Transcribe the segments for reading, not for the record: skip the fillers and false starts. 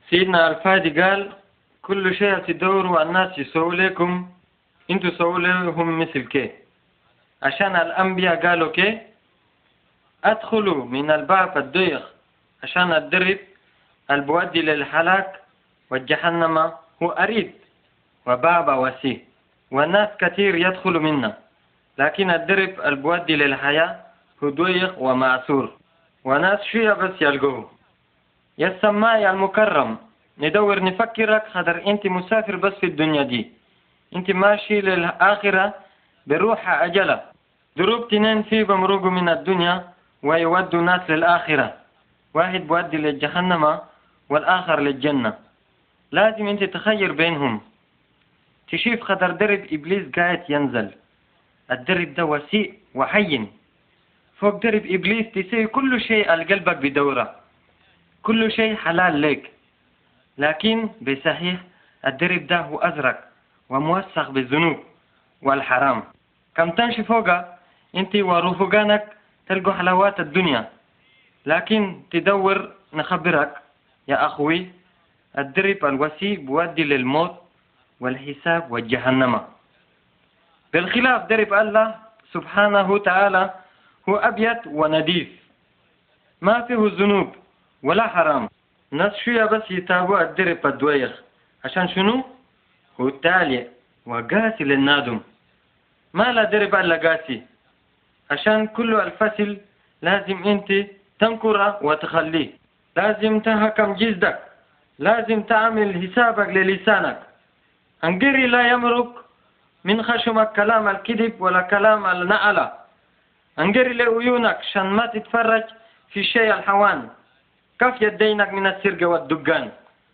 سيدنا الفادي قال كل شيء تدوروا الناس يسووا لكم انتوا سووا لهم مثل كي. عشان الأنبياء قالوا كي أدخلوا من الباب الضيق عشان الدرب البودي للحلاك والجهنم هو أريد وباب وسيع، والناس كثير يدخلوا منا، لكن الدرب البودي للحياة هو ضيق ومعسور، وناس شوية بس يلقوه. يا السماء المكرم، ندور نفكرك خدر انت مسافر بس في الدنيا دي، انت ماشي للآخرة بروح أجلة. دروب تنين في بمروق من الدنيا ويودوا ناس للآخرة، واحد بودي للجهنم والآخر للجنة. لازم انت تخير بينهم. تشوف خدر درب إبليس قاعد ينزل، الدرب ده وسيع وحين. فوق درب إبليس تسوي كل شيء القلبك بدوره، كل شيء حلال لك، لكن بصحيح الدرب ده هو أزرق وموسخ بالذنوب والحرام. كم تمشي فوقه انت ورفقانك تلقوا حلاوات الدنيا، لكن تدور نخبرك يا أخوي الدرب الوسيع بودي للموت والحساب والجهنم. بالخلاف درب الله سبحانه وتعالى هو أبيض ونظيف، ما فيه ذنوب ولا حرام. ناس شوية بس يتابعوا الدرب الدويخ عشان شنو؟ هو تالي وقاسي للنادم. ما لا درب إلا قاسي، عشان كل الفصل لازم انت تنكره وتخليه، لازم تهكم جلدك، لازم تعمل حسابك للسانك. انقري لا يمرق من خشمك كلام الكذب ولا كلام النعلة. انقري لعيونك عشان ما تتفرج في شيء الحوان. كف يدينك من السرقة والدقان.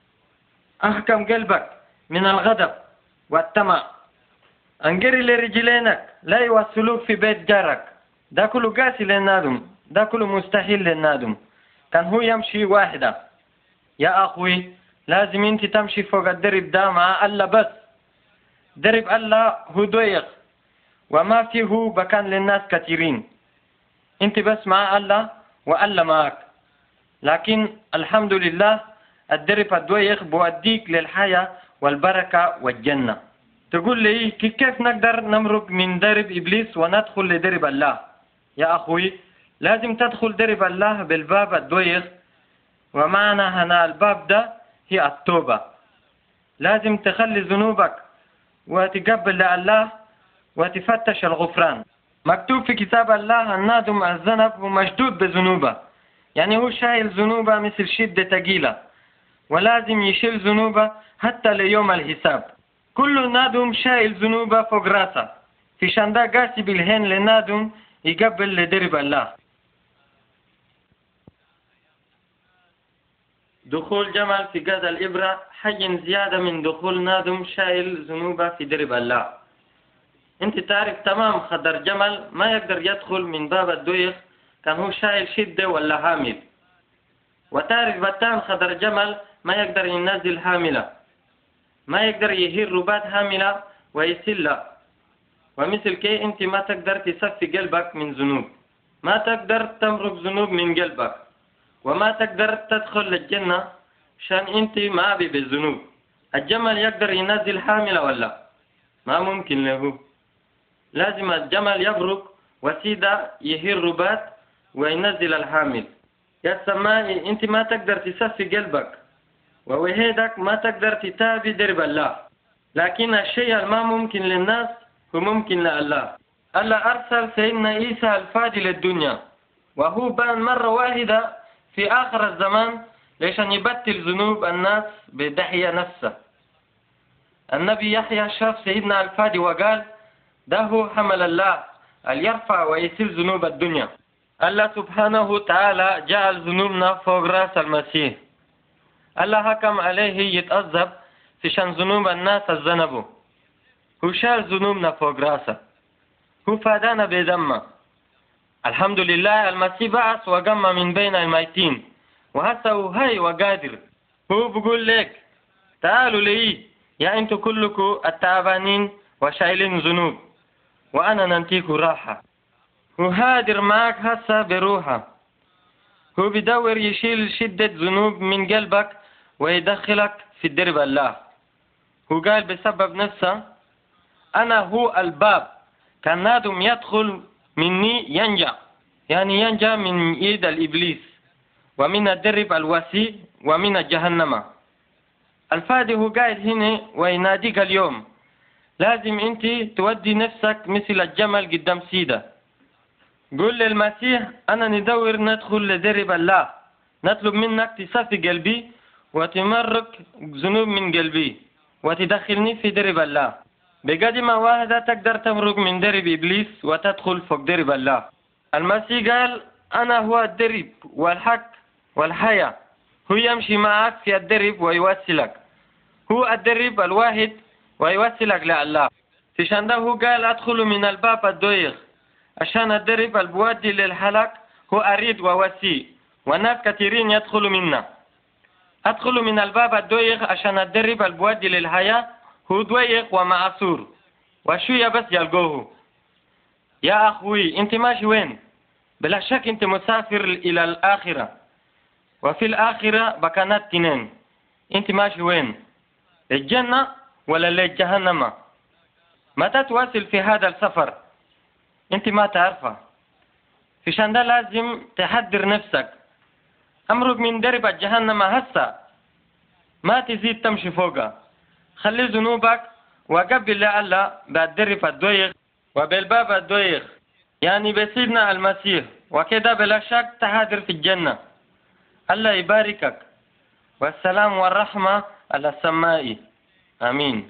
أحكم قلبك من الغضب والطمع. انقري لرجلينك لا يوصلوك في بيت جارك، ده كله قاسي للنادم، ده كله مستحيل للنادم. كان هو يمشي واحدة. يا أخوي لازم انت تمشي فوق الدرب ده مع الله بس. درب الله هو ضيق وما فيه مكان للناس كثيرين، انت بس مع الله والله معك. لكن الحمد لله الدرب الضيق بوديك للحياة والبركة والجنة. تقول لي كيف نقدر نمرق من درب إبليس وندخل لدرب الله؟ يا أخوي لازم تدخل درب الله بالباب الضيق، ومعنى هنا الباب ده هي التوبة. لازم تخلي ذنوبك وتقبل لله وتفتش الغفران. مكتوب في كتاب الله النادم الذنب ومشدود بذنوبه، يعني هو شايل ذنوبه مثل شدة ثقيلة، ولازم يشيل ذنوبه حتى ليوم الحساب. كل نادم شايل ذنوبه فوق راسه، في شندا قاسي بالهين لنادم يقبل لدرب الله. دخول جمل في قد الإبرة حجم زيادة من دخول نادم شايل ذنوبه في درب الله. انت تعرف تمام خدر جمل ما يقدر يدخل من باب الضيق كان هو شايل شدة ولا حامل، وتعرف بتان خدر جمل ما يقدر ينزل حاملة، ما يقدر يهير رباط حاملة ويسلة. ومثل كي انت ما تقدر تصفي قلبك من ذنوب، ما تقدر تمرق ذنوب من قلبك، وما تقدر تدخل للجنة عشان انت ما بي بالذنوب. الجمل يقدر ينزل حاملة ولا؟ ما ممكن له. لازم الجمل يبرك وسيدة يهير رباط وينزل الحامل. يا السماء انت ما تقدر تصفي قلبك، ووهيدك ما تقدر تتابي درب الله. لكن الشيء الما ممكن للناس هو ممكن لله. الله أرسل سيدنا عيسى الفادي للدنيا، وهو بان مرة واحدة في آخر الزمان ليشان يبتل ذنوب الناس بدحية نفسه. النبي يحيى شاف سيدنا الفادي وقال ده هو حمل الله يرفع ويسيل ذنوب الدنيا. الله سبحانه وتعالى جعل ذنوبنا فوق راس المسيح. الله حكم عليه يتعذب في شان ذنوب الناس الذنبوا. هو شال ذنوبنا فوق راسه، هو فادانا بدمه. الحمد لله المسيح بعث وقام من بين الميتين، وهسه هو هاي وقادر. هو بقول لك تعالوا لي يا انتوا كلكم التعبانين وشايلين ذنوب، وانا ننتيكوا راحة. هو هادر معك هسه بروحه. هو بدور يشيل شدة ذنوب من قلبك ويدخلك في الدرب الله. هو قال بسبب نفسه أنا هو الباب، كان نادم يدخل مني ينجى، يعني ينجى من إيد الإبليس ومن الدرب الوسيع ومن جهنم. الفادي هو قاعد هنا ويناديك اليوم لازم أنت تودي نفسك مثل الجمل قدام سيدة. قول للمسيح أنا ندور ندخل لدرب الله، نطلب منك تصفي قلبي وتمرق ذنوب من قلبي وتدخلني في درب الله. بقدمة واحدة تقدر تمرق من درب إبليس وتدخل فوق درب الله. المسيح قال أنا هو الدرب والحق والحياة، هو يمشي معك في الدرب ويوصلك، هو الدرب الواحد ويوصلك لله. في شنده هو قال أدخل من الباب الضيق، عشان الدرب البوادي للحلق هو أريد ووسيع والناس كثيرين يدخلوا منا. أدخل من الباب الضيق عشان الدرب البوادي للحياة هو ضيق ومعصور وشوية بس يلقوه. يا أخوي أنت ماشي وين؟ بلا شك أنت مسافر إلى الآخرة، وفي الآخرة مكانات تنين. أنت ماشي وين؟ للجنة ولا للجهنم؟ متى تواصل في هذا السفر؟ أنت ما تعرفه. في شنده لازم تحضر نفسك، أمرق من درب الجهنم هسه، ما تزيد تمشي فوقها. خلي ذنوبك وقبل لله بالدرب الضيق وبالباب الضيق، يعني بسيدنا المسيح، وكذا بلا شك تحضر في الجنة. الله يباركك، والسلام والرحمة على السماء. آمين.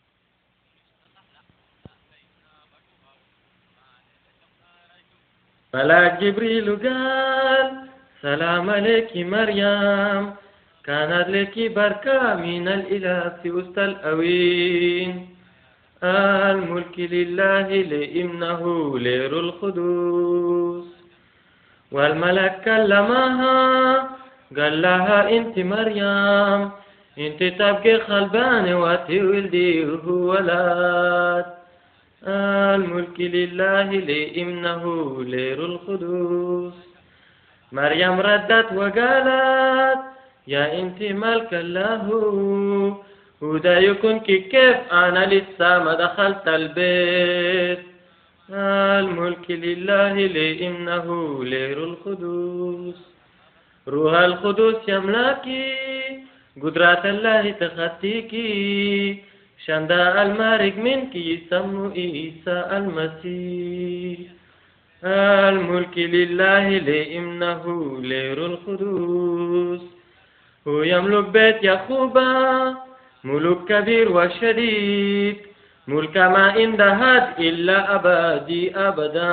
ملاك جبريل قال سلام عليك مريم، كانت لك بركة من الإله في وسط الأوين. الملك لله لإمنه لير القدوس. والملك كلمها قال لها انت مريم انت تبقي خلبان وتولدي ولد. الملك لله لإمنه لير القدوس. مريم ردت وقالت يا انت ملك الله، وده يكون كيف انا لسه ما دخلت البيت. الملك لله لإنه لير القدوس. روح القدس يملاكي، قدرات الله تخطيكي، شندا المارق منك يسمو عيسى المسيح. الملك لله لإنه لير القدوس. هو يملك بيت يعقوب ملك كبير وشديد، ملك ما عندها إلا أبدي أبدا.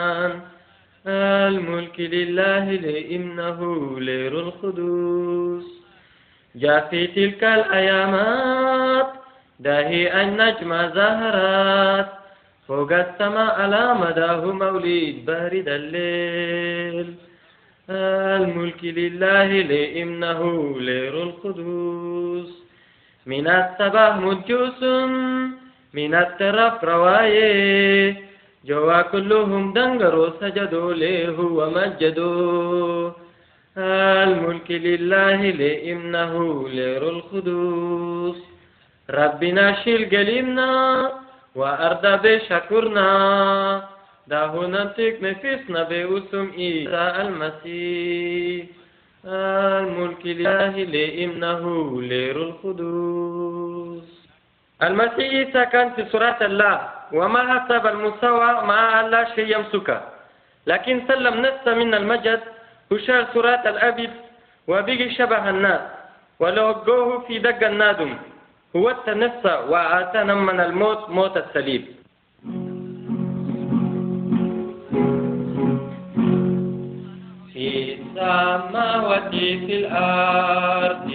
الملك لله لإنه لير القدوس. جاء في تلك الأيامات داهي النجم زهرات، فوق السماء على مداه مولد بارد الليل. الملك لله لإنه لير القدوس. من الصباح مجوس من الترف روايه، جوا كلهم دنقروا سجدوا له ومجدوا. الملك لله لإنه لير القدوس. ربنا شيل قليلنا وأرض بشكرنا، ده ننطق نفسنا باسم عيسى المسيح. الملك لله لإنه لير القدوس. المسيح عيسى كان في صورة الله وما حسب المستوى مع الله شيء يمسكه، لكن سلم نفسه من المجد وشال صورة الأب وبقي شبه الناس، ولوقوه في دق النادم هو التنفس وآتانا من الموت موت الصليب. في السماوات في الأرض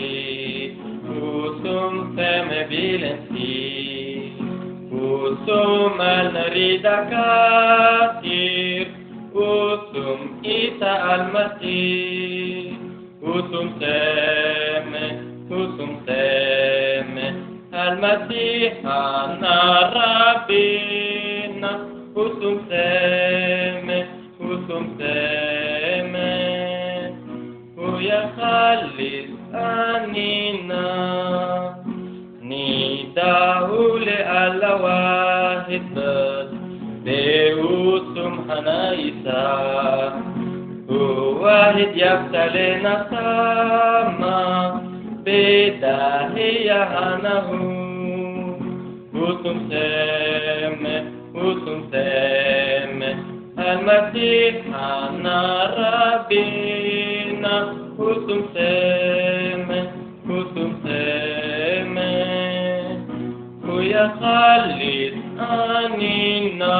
قسم سم بلنسي، قسم نريد كثير، قسم عيسى المسيح، قسم سم المسيح أنا ربنا، قسم سم ويخلص أنينا نداه لأل واحد بس بيوسم حنايسا هو واحد يفتلنا سما بداهية هنه وسم سمه المسيح أنا ربنا وسم سمه ويا خالد أنينا.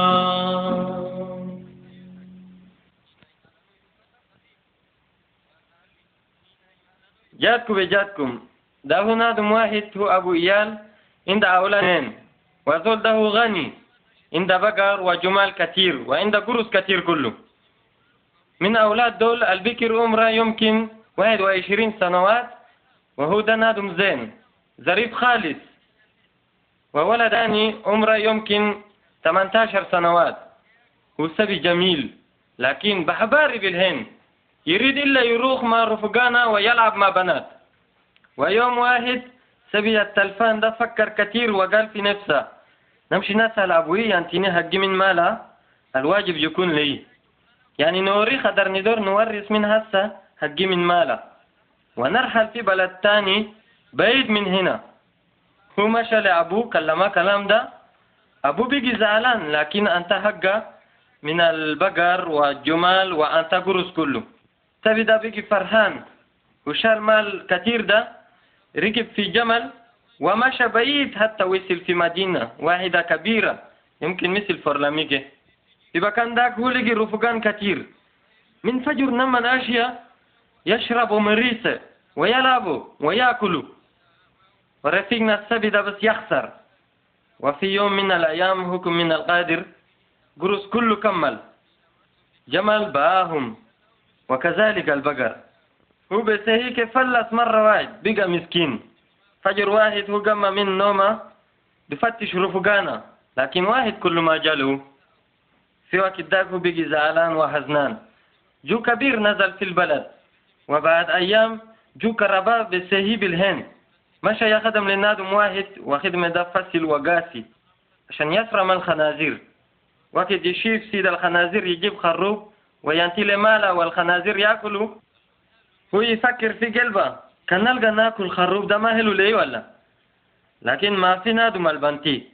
جاتكم بجاتكم ده هنا دم واحد هو أبو إيال عند أولادين وذول ده غني عند بقر وجمال كثير وعند قرص كثير كله. من أولاد دول البكر عمره يمكن 21 سنوات وهو ده نادم زين ظريف خالص، وولداني عمره يمكن 18 سنوات هو سبي جميل لكن بحباري بالهن يريد إلا يروح مع رفقانا ويلعب مع بنات. ويوم واحد سبي التلفان ده فكر كثير وقال في نفسه نمشي نسأل أبوي ينتيني هجي من مالها الواجب يكون لي، يعني نوري خدر ندور نورث من هسه هجي من مالها ونرحل في بلد تاني بعيد من هنا. هو مشى لأبوه كلمه كلام ده، أبوه بيجي زعلان لكن أنت حقه من البقر والجمال وأنت قرص كله. تبي ده بيجي فرحان وشال مال كثير ده ركب في جمل ومشى بعيد حتى وصل في مدينة واحدة كبيرة يمكن مثل فرلاميكي. يبقى كان داك هو لقي رفقان كثير من فجر نمن أشياء يشربوا مريسة ويلعبوا ويأكلوا، ورفيقنا السبي ده بس يخسر. وفي يوم من الأيام حكم من القادر قرص كله كمل جمل باهم وكذلك البقر. هو بس هيك فلس مرة واحد بقى مسكين. فجر واحد هو قام من نومه بفتش رفقانا لكن واحد كل ما جاله. في وقت داك هو بقي زعلان وحزنان. جو كبير نزل في البلد وبعد أيام جو كرباء بسهيب الهن مشى يخدم للنادم واحد وخدمة ده فصل وقاسي عشان يسرم الخنازير. وقت يشيف سيد الخنازير يجيب خروب وينتي لماله والخنازير يأكلوا، هو يفكر في قلبه كان نلقى ناكل خروب ده ما هلو ليه ولا، لكن ما في نادم البنتي.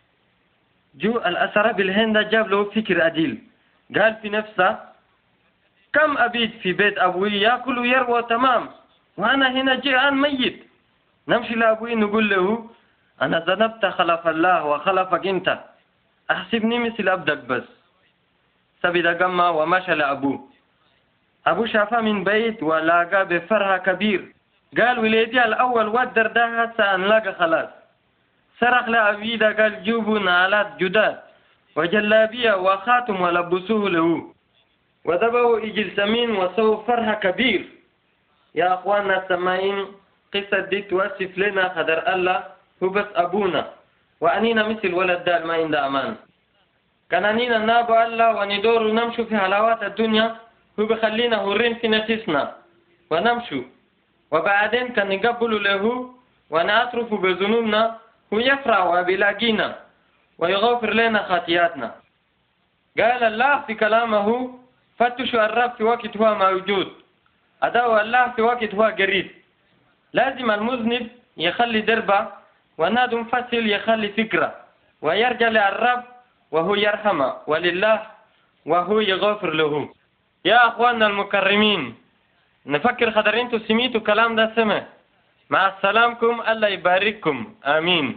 جو الأسرة بالهند جاب له فكر أديل، قال في نفسه كم أبيت في بيت أبوي يأكل ويروى تمام وأنا هنا جيعان ميت. نمشي لأبوي نقول له أنا ذنبت خلف الله وخلفك أنت أحسبني مثل أبدك بس. سبي ده قمة ومشى لأبوه. أبو شافه من بعيد ولاقى بفرحة كبير، قال وليدي الأول ودر ده هسه أنلاقى خلاص. صرخ لأبي ده قال جيبوا نالات جداد وجلابية وخاتم ولبسوه له وذبحوا إجل سمين وسووا فرحة كبير. يا أخواننا السماعين قصة دي توصف لنا قدر الله هو بس أبونا وأنينا مثل ولد دال ما عند أمان. كان أنينا نابو الله وندور ونمشوا في حلاوات الدنيا هو بخلينا هورين في نفسنا ونمشوا، وبعدين كان نقبلوا له ونعترف بذنوبنا هو يفرح وبيلاقينا ويغفر لنا خطياتنا. قال الله في كلامه فتشوا الرب في وقت هو موجود، أدعوا الله في وقت هو قريب. لازم المذنب يخلي دربه والنادم فصل يخلي فكرة ويرجع للرب وهو يرحمه ولله وهو يغفر له. يا أخواننا المكرمين نفكر خدر انتو سميتوا كلام ده سمع. مع السلامكم الله يبارككم آمين.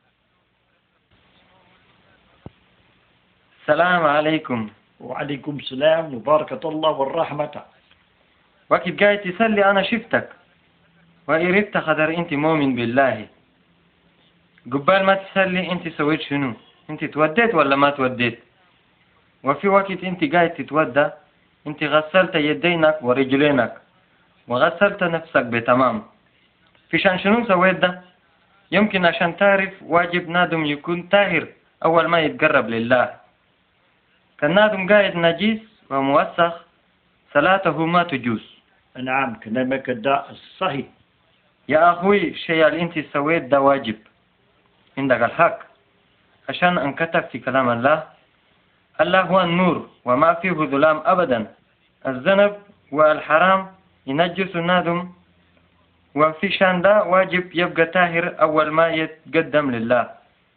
السلام عليكم. وعليكم السلام وبركة الله والرحمة. وقت جاي تسلي أنا شفتك وقربت خدر انت مؤمن بالله. قبال ما تسلي انت سويت شنو؟ انت توديت ولا ما توديت؟ وفي وقت انت جاي تتودى انت غسلت يدينك ورجلينك وغسلت نفسك بتمام. في شان شنو سويت ده؟ يمكن عشان تعرف واجب نادم يكون طاهر أول ما يتقرب لله. كان نادم قاعد نجيس وموسخ صلاته ما تجوز. نعم كلامك ده الصحيح. يا أخوي الشيء اللي أنت سويت ده واجب، عندك الحق، عشان انكتب في كلام الله: الله هو النور وما فيه ظلام أبدا. الذنب والحرام ينجس النادم، وفي شان ده واجب يبقى طاهر أول ما يتقدم لله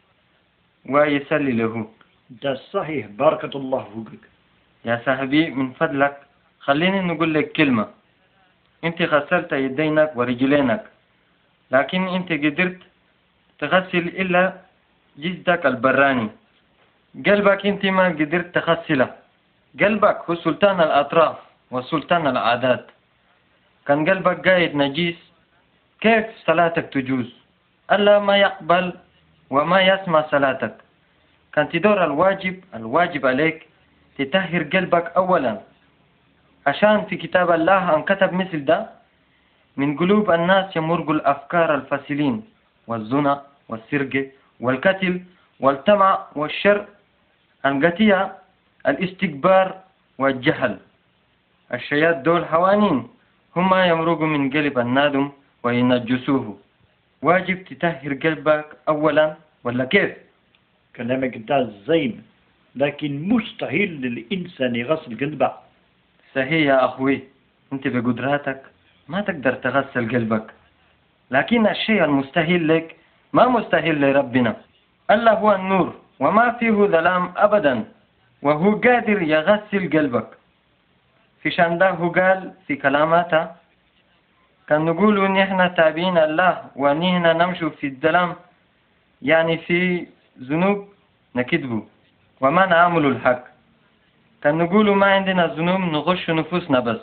ويسلي له. ده صحيح، بارك الله فيك. يا صاحبي من فضلك خليني نقول لك كلمة. انت غسلت يدينك ورجلينك، لكن انت قدرت تغسل إلا جسدك البراني. قلبك انت ما قدرت تغسله. قلبك هو سلطان الأطراف وسلطان العادات. كان قلبك قايد نجيس، كيف صلاتك تجوز؟ الله ما يقبل وما يسمع صلاتك. كان تدور الواجب عليك تطهر قلبك أولا، عشان في كتاب الله انكتب مثل ده: من قلوب الناس يمرق الأفكار الفاسلين، والزنا والسرقة والقتل والطمع والشر، القتية، الاستكبار والجهل. الشيات دول حوانين هما يمرقوا من قلب النادم وينجسوه. واجب تطهر قلبك أولا، ولا كيف؟ كلامك ده زين، لكن مستحيل للإنسان يغسل قلبه. صحيح يا أخوي، أنت بقدراتك ما تقدر تغسل قلبك، لكن الشيء المستحيل لك ما مستحيل لربنا. الله هو النور وما فيه ظلام أبدا، وهو قادر يغسل قلبك. في شان ده هو قال في كلاماته: كان نقولوا نحن تابعين الله ونحن نمشي في الظلام، يعني في ذنوب نكذبه وما نعمل الحق. كان نقولوا ما عندنا ذنوب نغش نفوسنا بس،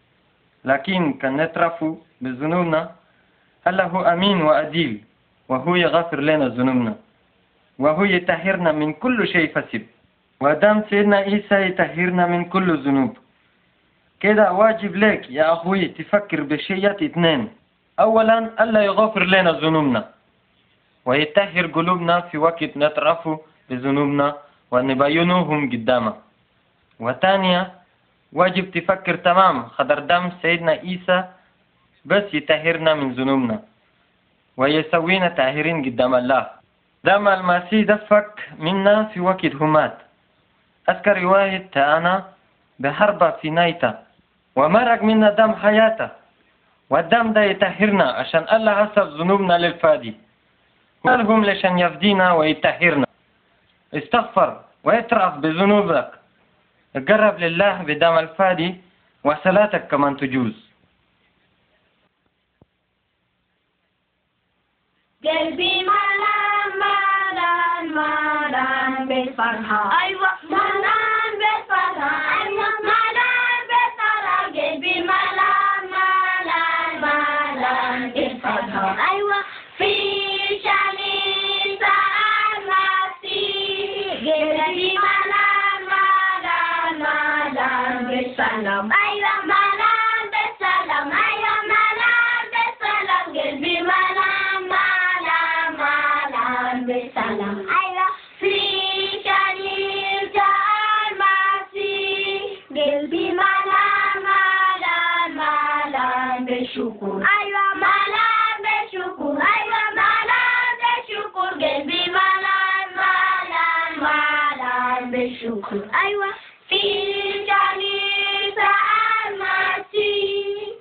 لكن كان نترف بذنوبنا. الله هو أمين وأديل، وهو يغفر لنا ذنوبنا، وهو يطهرنا من كل شيء فاسد. ودام سيدنا عيسى يطهرنا من كل ذنوب، كده واجب لك يا أخوي تفكر بشيئات اثنين: أولا الله يغفر لنا ذنوبنا ويطهر قلوبنا في وقت نترف بذنوبنا ونبينهم قدامه. وثانيا واجب تفكر تمام خضر دم سيدنا عيسى بس يطهرنا من ذنوبنا ويسوينا طاهرين قدام الله. دم المسيح دفك منا في وقت همات. أذكر رواية أنا بحربة في نايته ومرق منا دم حياته، والدم ده يطهرنا عشان الله حسب ذنوبنا للفادي، قالهم لشان يفدينا ويطهرنا. استغفر واعترف بذنوبك، قرب لله بدم الفادي، وصلاتك كمان تجوز. قلبي ملان ملان ملان بالفرحة، أيوة ملان بالفرحة، أيوة ملان بالفرحة. قلبي ملان ملان ملان بالفرحة، أيوة في شمس المسيح. قلبي ملان ملان ملان بالسلام، أيوة ملان بالسلام، أيوة ملان بالسلام. قلبي ملان بالسلام، أيوة في شريف المسيح. قلبي ملان ملان ملان بالشكر، أيوة ملان بالشكر، أيوة ملان بالشكر. قلبي ملان ملان ملان بالشكر، أيوة في شريف المسيح.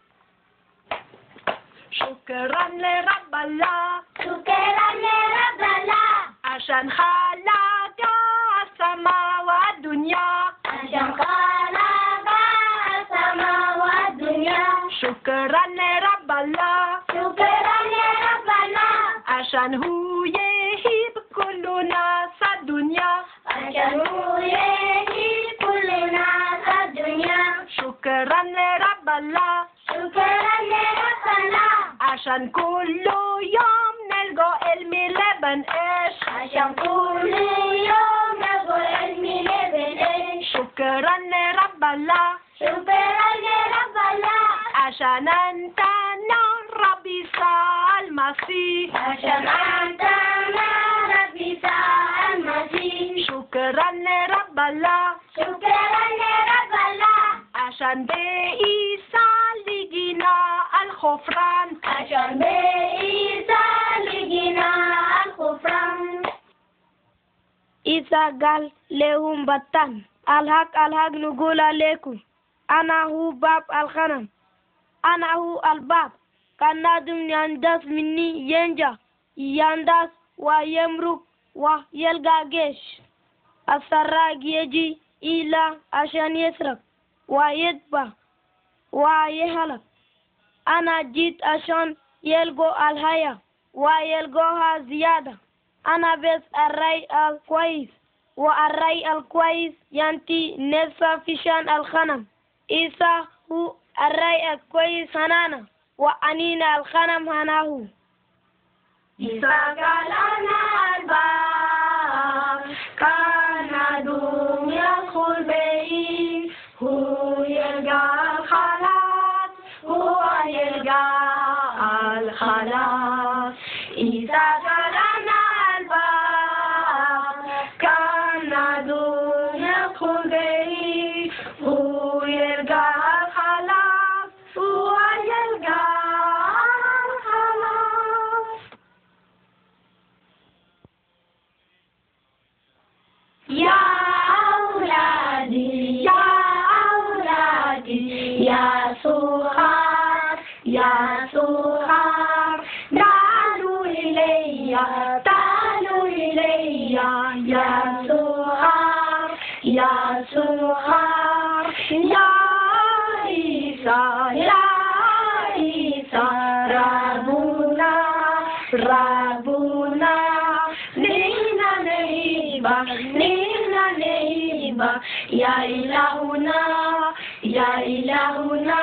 شكرا لرب الله، شكرا لرب الله، عشان خلق السماء والدنيا، عشان خلق السماء والدنيا. شكرا لرب الله، شكرا لرب الله، عشان هو يهيب كل ناس الدنيا، عشان هو يهدي كل ناس الدنيا. شكرا لرب الله، شكرا لرب الله، عشان كل يوم نلقى الملبن إيش، عشان كل يوم نقول اسمي لبن إيش. شكرا لرب الله، شكرا لرب الله، عشان أنت نور ربي المسيح، عشان أنت ربي المسيح. شكرا لرب الله، شكرا لرب الله، عشان بعيسى لقينا الخلاص. الغفران عشان بعيسى لقينا الغفران. عيسى قال لهم بطان الحق نقول عليكم أنا هو باب الغنم، أنا هو الباب. كان نادم يندس مني ينجا يندس ويمرق ويلقى جيش. السراق يجي إلى عشان يسرق ويتبع ويهلك. أنا جيت عشان يلقوا الحياة ويلقوها زيادة. أنا بس الرأي الكويس، والرأي الكويس ينتي نصف في شان الغنم. عيسى هو الرأي الكويس هنانا، وأنينا الغنم هناهو. عيسى قال أنا الباب، كان دوم يدخل بي، هو يلقى الخلاص، هو يلقى الخلاص. عيسى قال أنا الباب، كان دوم يدخل بي، هو يلقى الخلاص، هو يلقى الخلاص. يا أولادي يا أولادي يا صغار يا صغار، تعالوا إلي تعالوا إلي يا صغار يا صغار. يا عيسى يا عيسى ربنا ربنا، نينا نيبا نينا نيبا يا إلهنا يا إلهنا.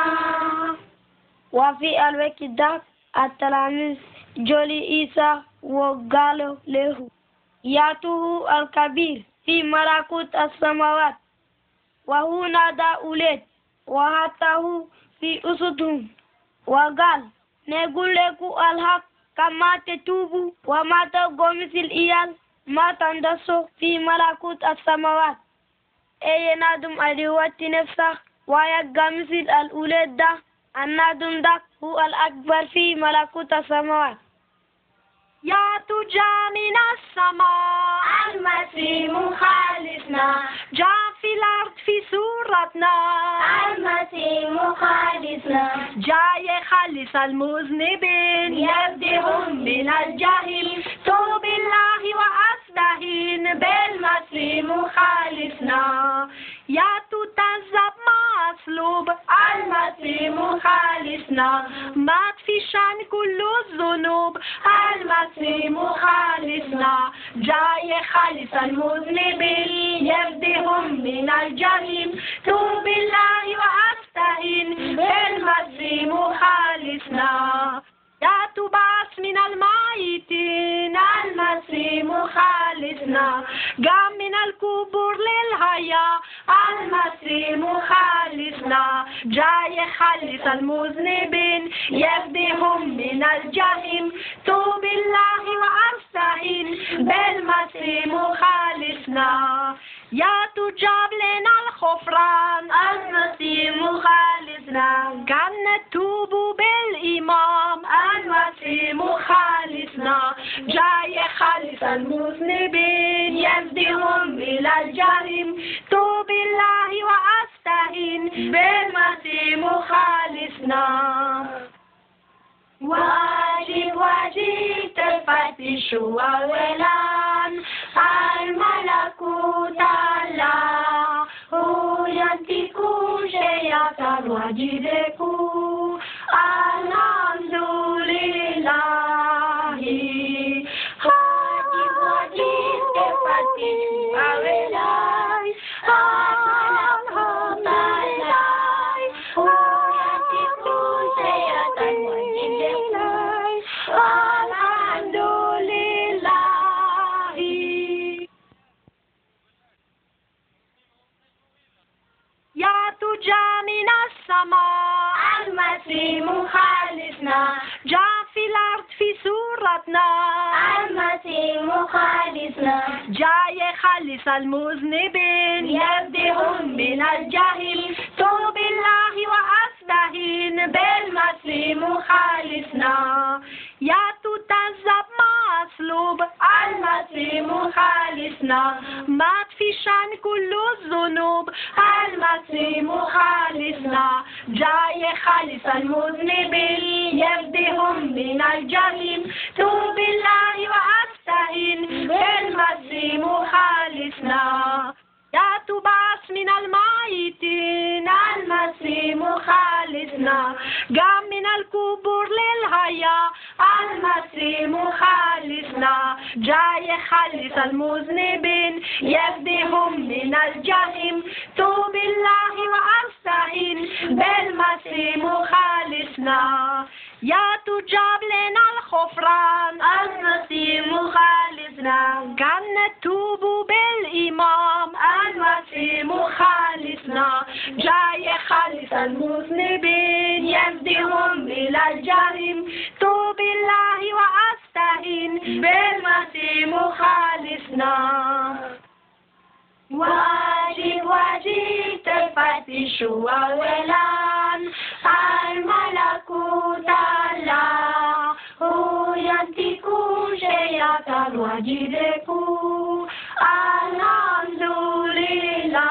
وفي الوقت ذاك التلاميذ جولي عيسى وقالوا له ياته الكبير في ملكوت السماوات، وهو نادى أولاد وهاته في أسدهم وقال نقول لكم الحق، كما تتوبوا وما تبقوا مثل إيال ما تندسوا في ملكوت السماوات. أي نادم أدوات نفسه ويبقى مثل الأولاد ده، النادم ده هو الأكبر في ملكوت السماوات. يا تجا من السماء المسيح خالصنا، جاء في الأرض في صورتنا. المسيح خالصنا، جاء يخلص المذنبين يبدئهم من الجحيم. توب الله وأستهين بالمسيح خالصنا، يا تتذب مصلوب. المسيح خالصنا، مات في شان كل الذنوب. المسيح خالصنا، جاء يخلص المذنبين يبدئهم من الجحيم. توب الله وأستهين بالمسيح خالصنا، يا تبعث من الميتين. المسيح خالصنا، قام من القبور للحياة. المسيح خالصنا، جاء يخلص المذنبين يبدئهم من الجحيم. توب الله وأستهين بالمسيح خالصنا، يا تجاب لنا الغفران. المسيح خالصنا، كان نتوب بالإمام. المسيح خالصنا، جاء يخلص المذنبين يبدئهم إلى الجحيم. توب الله وأستهين بالمسيح خالصنا. واجب واجب تفتش والآن الملكوت الله، هو ينطق شيئا واجبك. الحمد لله. واجب واجب تفتش والآن الملكوت الله، هو ينطق شيئا واجبك. الحمد لله. يا تجا من السماء. المسيح خالصنا، جاء في الأرض في صورتنا. المسيح خالصنا، جاء يخلص المذنبين يبدئهم من الجحيم. توب الله وأستهين وأستهين بالمسلم خالصنا يا تتذب مصلوب المسلم خالصنا مات في شان كل الذنوب المسلم خالصنا جاي خالص المذنبين يفديهم من الجحيم توب الله وأستهين بالمسلم خالصنا يا تبعث من الميتين المسيح خالصنا قام من القبور للحياة المسيح خالصنا جاي خالص المذنبين يفديهم من الجحيم توب الله وأستعين بالمسيح خالصنا يا تجاب لنا الغفران المسيح خالصنا كان نتوب بالإمام المسيح خالصنا جاي خالص المذنبين يفديهم إلى الجحيم توب الله وأستعين بالمسيح خالصنا واجب واجب تفتش أولا الملكوت الله هو ينطق شيئا واجبك الحمد لله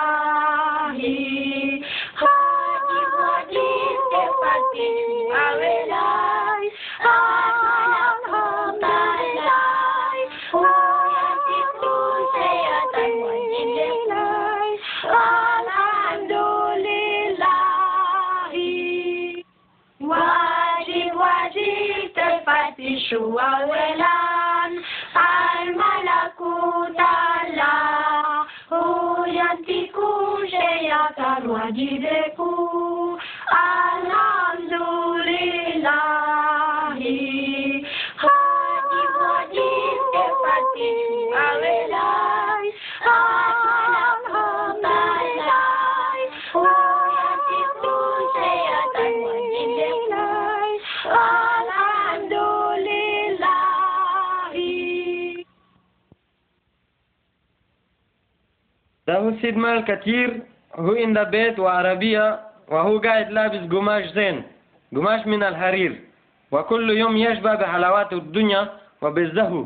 واجب واجب تفتش أولا الملكوت الله هو ينطق شيئا واجبك الحمد لله واجب واجب تفتش أولا الملكوت الله هو ينطق شيئا واجبك الحمد لله واجب واجب تفتش أولا الملكوت الله هو ينطق شيئا واجبك الحمد لله. له سيد مال كثير هو عند بيت وعربية وهو قاعد لابس قماش زين قماش من الحرير وكل يوم يشبع بحلاوات الدنيا وبالزهو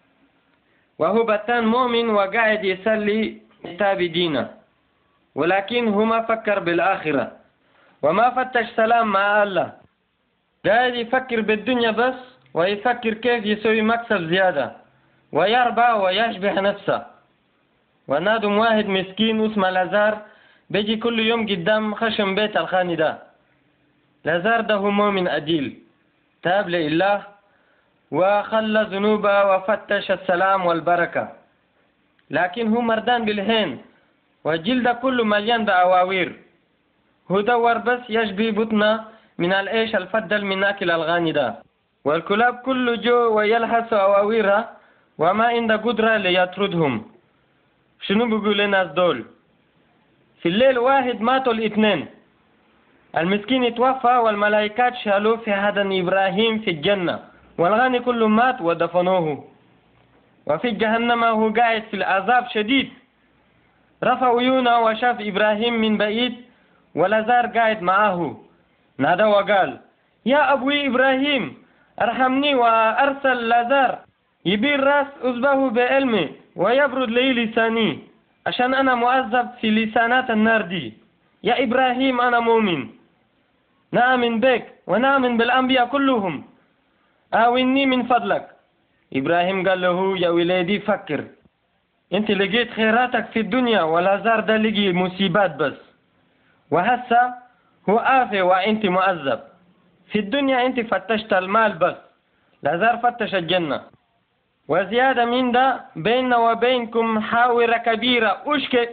وهو بتان مؤمن وقاعد يصلي كتاب دينه ولكن هو ما فكر بالآخرة وما فتش سلام مع الله قاعد يفكر بالدنيا بس ويفكر كيف يسوي مكسب زيادة ويربع ويشبه نفسه. ونادم واحد مسكين اسمه لازار بيجي كل يوم قدام خشم بيت الخاني ده. لازار ده هو مؤمن أديل تاب لله وخلى ذنوبه وفتش السلام والبركة لكن هو مردان بالهين وجلده كله مليان بأواوير هو دور بس يشبه بطنه من الإيش الفدل من أكل الغاني ده والكلاب كله جو ويلحس أواويرها وما عنده قدرة ليطردهم. شنو بيقول لنا دول؟ في الليل واحد ماتوا الاثنين المسكين اتوفى والملائكات شالوه في هذا إبراهيم في الجنة والغني كله مات ودفنوه وفي جهنم هو قاعد في العذاب شديد. رفع عيونه وشاف إبراهيم من بعيد ولازار قاعد معه نادى وقال يا أبوي إبراهيم ارحمني وأرسل لازار يبير راس أصبه بعلمي ويبرد لي لساني عشان أنا مؤذب في لسانات النار دي. يا إبراهيم أنا مؤمن نآمن بك ونآمن بالأنبياء كلهم آويني من فضلك. إبراهيم قال له يا ولادي فكر أنت لقيت خيراتك في الدنيا ولازار ده لقي مصيبات بس وهسه هو آفي وأنت مؤذب. في الدنيا أنت فتشت المال بس لازار فتش الجنة وزيادة من ده بيننا وبينكم حاورة كبيرة أشكي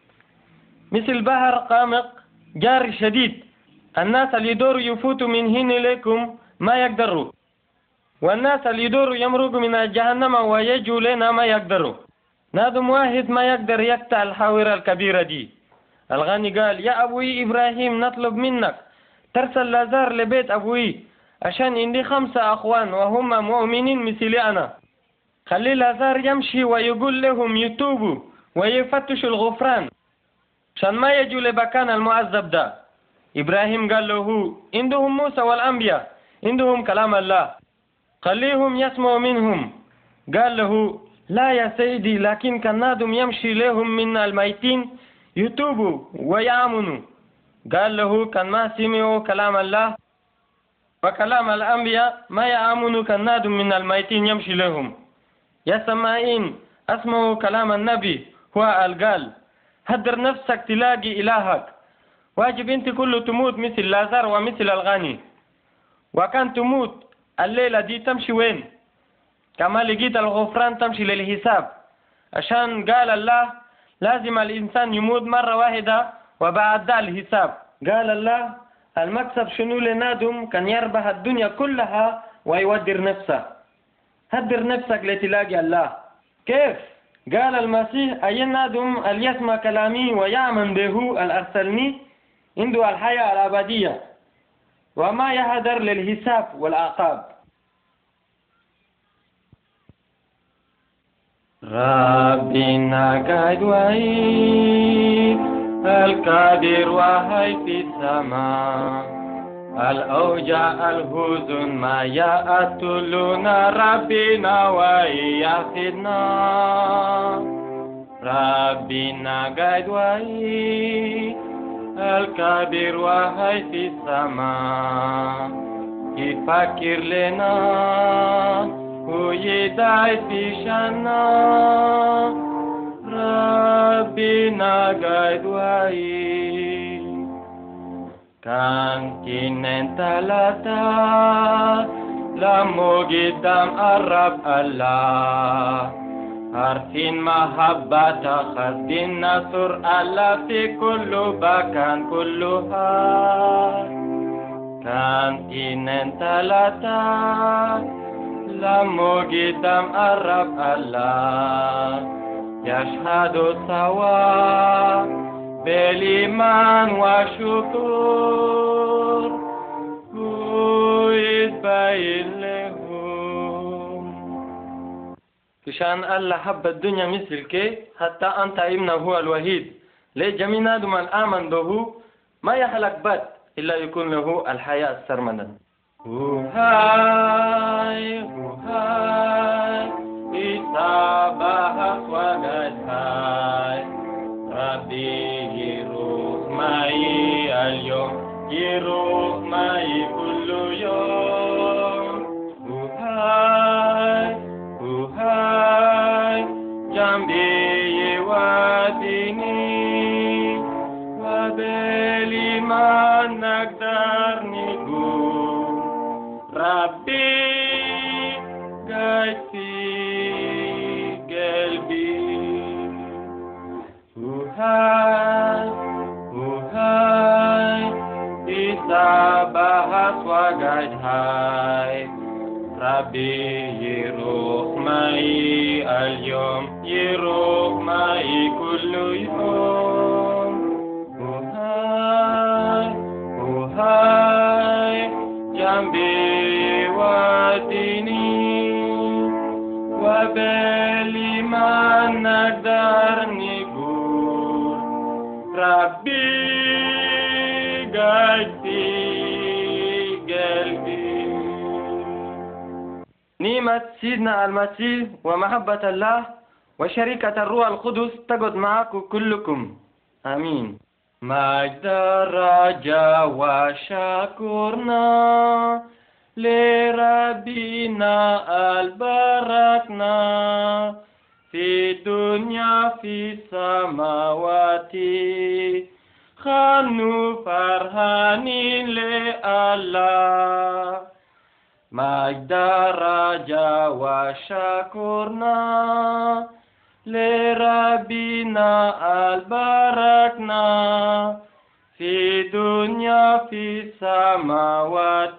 مثل بحر قامق جار شديد الناس اللي يدوروا يفوتوا من هنا لكم ما يقدروا والناس اللي يدوروا يمرقوا من جهنم ويجوا لنا ما يقدروا. نادم واحد ما يقدر يقطع الحاورة الكبيرة دي. الغني قال يا أبوي إبراهيم نطلب منك ترسل لازار لبيت أبوي عشان عندي 5 أخوان وهم مؤمنين مثلي أنا. خلي لازار يمشي ويقول لهم يتوبوا ويفتشوا الغفران عشان ما يجوا لمكان المعذب ده. إبراهيم قال له عندهم موسى والأنبياء، عندهم كلام الله، خليهم يسمعوا منهم. قال له لا يا سيدي، لكن كان نادم يمشي لهم من الميتين يتوبوا ويأمنوا. قال له كان ما سمعوا كلام الله وكلام الأنبياء ما يأمنوا، كان نادم من الميتين يمشي لهم. يا سمائين اسمعوا كلام النبي، هو قال هدر نفسك تلاقي إلهك. واجب انت كله تموت مثل لازار ومثل الغني. وكان تموت الليلة دي تمشي وين؟ كما لقيت الغفران تمشي للحساب، عشان قال الله لازم الإنسان يموت مرة واحدة وبعد ذا الحساب. قال الله المكسب شنو لنادم؟ كان يربح الدنيا كلها ويودر نفسه. هدر نفسك لتلاقي الله. كيف؟ قال المسيح أي نادم اللي يسمع كلامي ويأمن به الأرسلني عنده الحياة الأبدية وما يهدر للحساب والعقاب. ربنا قد وعيد القادر وهي في السماء، الأوجاع الحزن ما يقتلنا ربنا ويحفظنا. ربنا قد وعيد القادر وهي في السماء، يفكر لنا ويدعي في شنا. ربنا قد وعيد كان كنن ثلاثة لمو قدام الرب الله، عارفين محبة خد النصر الله في كل مكان كلها. كان كنن ثلاثة لمو قدام الرب الله، يشهدوا سوا بالإيمان وشكر ويتبين لهم. كشان الله حب الدنيا مثلك حتى أنت ابنه هو الوحيد، لجميع نادم الآمن به ما يهلك بد إلا يكون له الحياة السرمدا. هاي إصابة وقد هاي ربي يروح معي اليوم، يروح معي كل يوم. وهاي جنبي يواديني وبالإيمان نقدر نقول ربي قاعد في قلبي. وهاي إصابة وقد هاي ربي يروح معي اليوم، يروح معي كل يوم. وهاي جنبي وديني وبالإيمان نقدر نقول ربي قاعد في قلبي. نعمة سيدنا المسيح ومحبة الله وشركة الروح القدس تقعد معكم كلكم، آمين. مجد رجا وشكرنا لربنا البركنا في الدنيا في السماوات، خلوا فرحانين لله. مجد رجا وشكرنا لربنا البركنا في الدنيا في السماوات،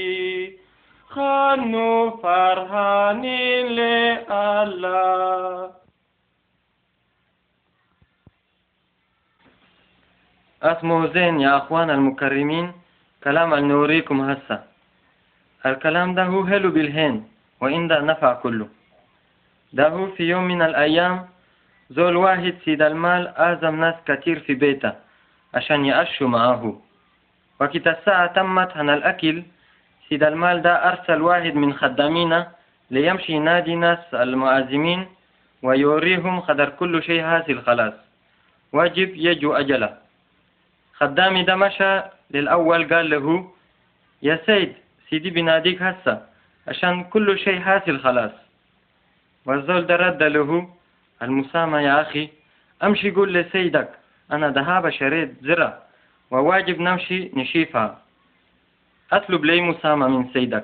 خلوا فرحانين لله. اسمه زين يا أخوان المكرمين، كلام اللي نوريكم هسه. الكلام ده هو حلو بالهين وإن ده نفع كله. ده هو في يوم من الأيام زول واحد سيد المال أعزم ناس كتير في بيته عشان يعشوا معاه. وقت الساعة تمت عن الأكل، سيد المال ده أرسل واحد من خدامينا ليمشي ينادي ناس المعازمين ويوريهم قدر كل شيء حاصل خلاص، واجب يجو أجله. خدامي ده مشى للأول قال له: يا سيد، سيدي بناديك هسه عشان كل شيء حاصل خلاص. والزول ده رد له: المسامة يا أخي، أمشي قول لسيدك أنا ذهاب شريت زرع وواجب نمشي نشيفها، أطلب لي مسامة من سيدك.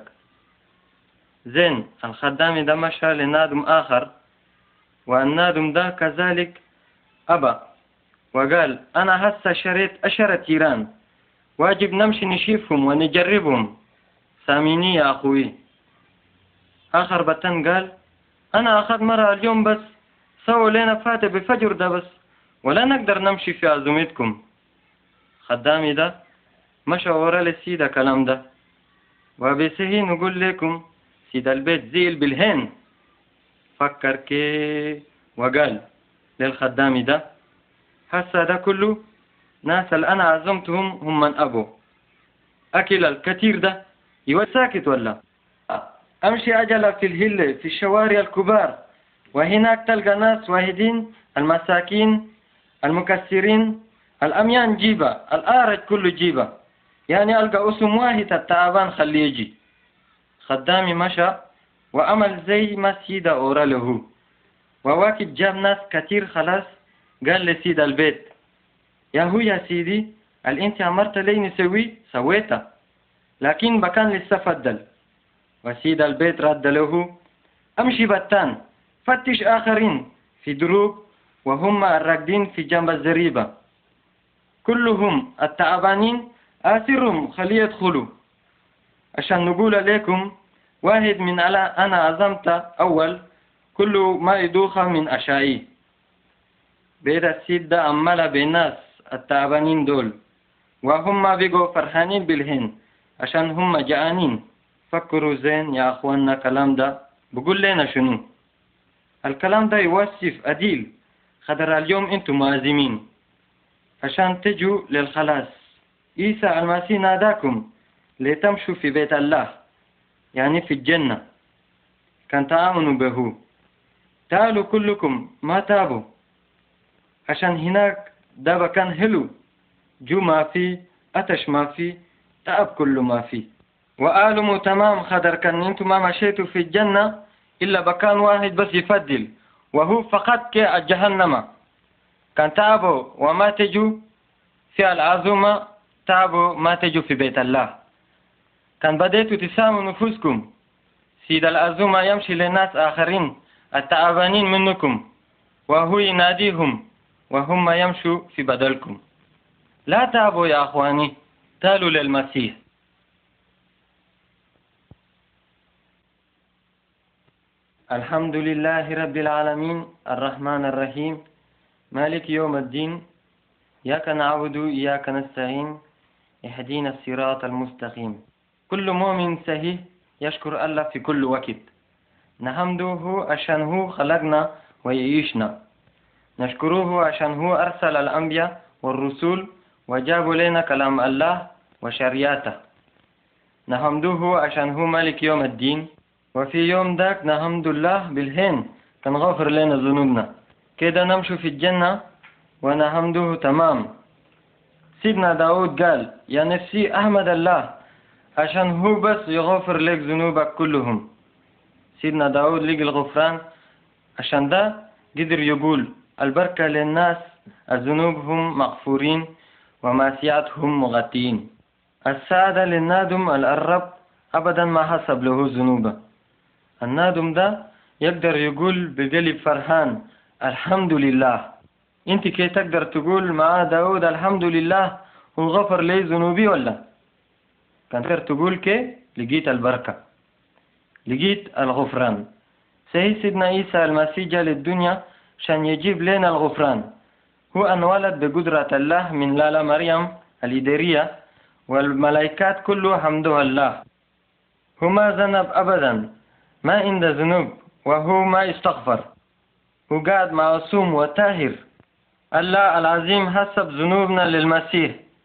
زين، الخدام ده مشى لنادم آخر، والنادم ده كذلك أبى وقال: أنا هسه شريت 10 تيران، واجب نمشي نشيفهم ونجربهم، ساميني يا أخوي. آخر بطن قال: أنا أخذ مرة اليوم بس، سووا لنا فاتح بفجر ده بس، ولا نقدر نمشي في عزومتكم. خدامي ده مشى ورا للسيدة كلام ده، وبسهي نقول لكم سيد البيت زيل بالهن. فكر كي وقال للخدامي ده: هسا ده كله ناس اللي أنا عزمتهم هم من أبو أكل الكثير ده يوساكت ولا أمشي أجلة في الهلة في الشوارع الكبار، وهناك تلقى ناس واحدين المساكين المكسرين الأميان جيبة، الآرج كله جيبة، يعني ألقى اسم واحد التعبان خليه يجي. خدامي مشى وعمل زي ما سيدة أورا له، وواكب جاب ناس كتير خلاص. قال لسيد البيت: يا هو يا سيدي، اللي انت عمرت لي نسوي سويته، لكن بكان لسه فضل. وسيد البيت رد له: امشي بتان فتش آخرين في دروب وهم الراكدين في جنب الزريبة، كلهم التعبانين آثرهم خلي يدخلوا، عشان نقول لكم واحد من أنا عزمت أول كله ما يدوخ من أشائي. بيد السيد ده عمال بالناس التعبانين دول، وهم بيقوا فرحانين بالهن عشان هم جعانين. فكروا زين يا أخواننا، كلام ده بقول لنا شنو؟ الكلام ده يوصف أديل خدر اليوم انتم معزمين عشان تجوا للخلاص. عيسى المسيح ناداكم لتمشوا في بيت الله، يعني في الجنة، كان تآمنوا به. تعالوا كلكم ما تابوا، عشان هناك ده كان هلو، جو ما في، أتش ما في، تعب كله ما في. وآلموا تمام خدر كان انتم ما مشيتوا في الجنة إلا بكان واحد بس يفضل، وهو فقط كالجهنم. كان تعبوا وما تجوا في العزومة، تعبوا ما تجوا في بيت الله. كان بديتوا تساموا نفوسكم، سيد العزومة يمشي لناس آخرين التعبانين منكم، وهو يناديهم وهم يمشوا في بدلكم. لا تعبوا يا أخواني، تعالوا للمسيح. الحمد لله رب العالمين الرحمن الرحيم مالك يوم الدين، إياك نعبد وإياك نستعين، اهدينا الصراط المستقيم. كل مؤمن صحيح يشكر الله في كل وقت، نحمده عشان هو خلقنا ويعيشنا، نشكره عشان هو أرسل الأنبياء والرسول وجابوا لنا كلام الله وشريعته، نحمده عشان هو مالك يوم الدين. وفي يوم ذاك نحمد الله بالهين كان غفر لنا ذنوبنا، كده نمشي في الجنة ونحمده تمام. سيدنا داود قال: يا نفسي أحمد الله عشان هو بس يغفر لك ذنوبك كلهم. سيدنا داود لقى الغفران، عشان ده قدر يقول البركة للناس ذنوبهم مغفورين ومعصيتهم مغطين. السعادة للنادم الرب أبدا ما حسب له ذنوبه. النادم ده يقدر يقول بقلب فرحان الحمد لله. انت كي تقدر تقول مع داود الحمد لله هو غفر لي ذنوبي ولا؟ كان تقدر تقول كي لقيت البركة، لقيت الغفران. سيدنا عيسى المسيح جاء للدنيا عشان يجيب لنا الغفران. هو انولد بقدرة الله من لالا مريم الإدارية، والملائكات كله حمدها الله. هو ما ذنب أبدا، ما عنده ذنوب، وهو ما يستغفر، هو قاعد معصوم وطاهر. الله العظيم حسب ذنوبنا للمسيح،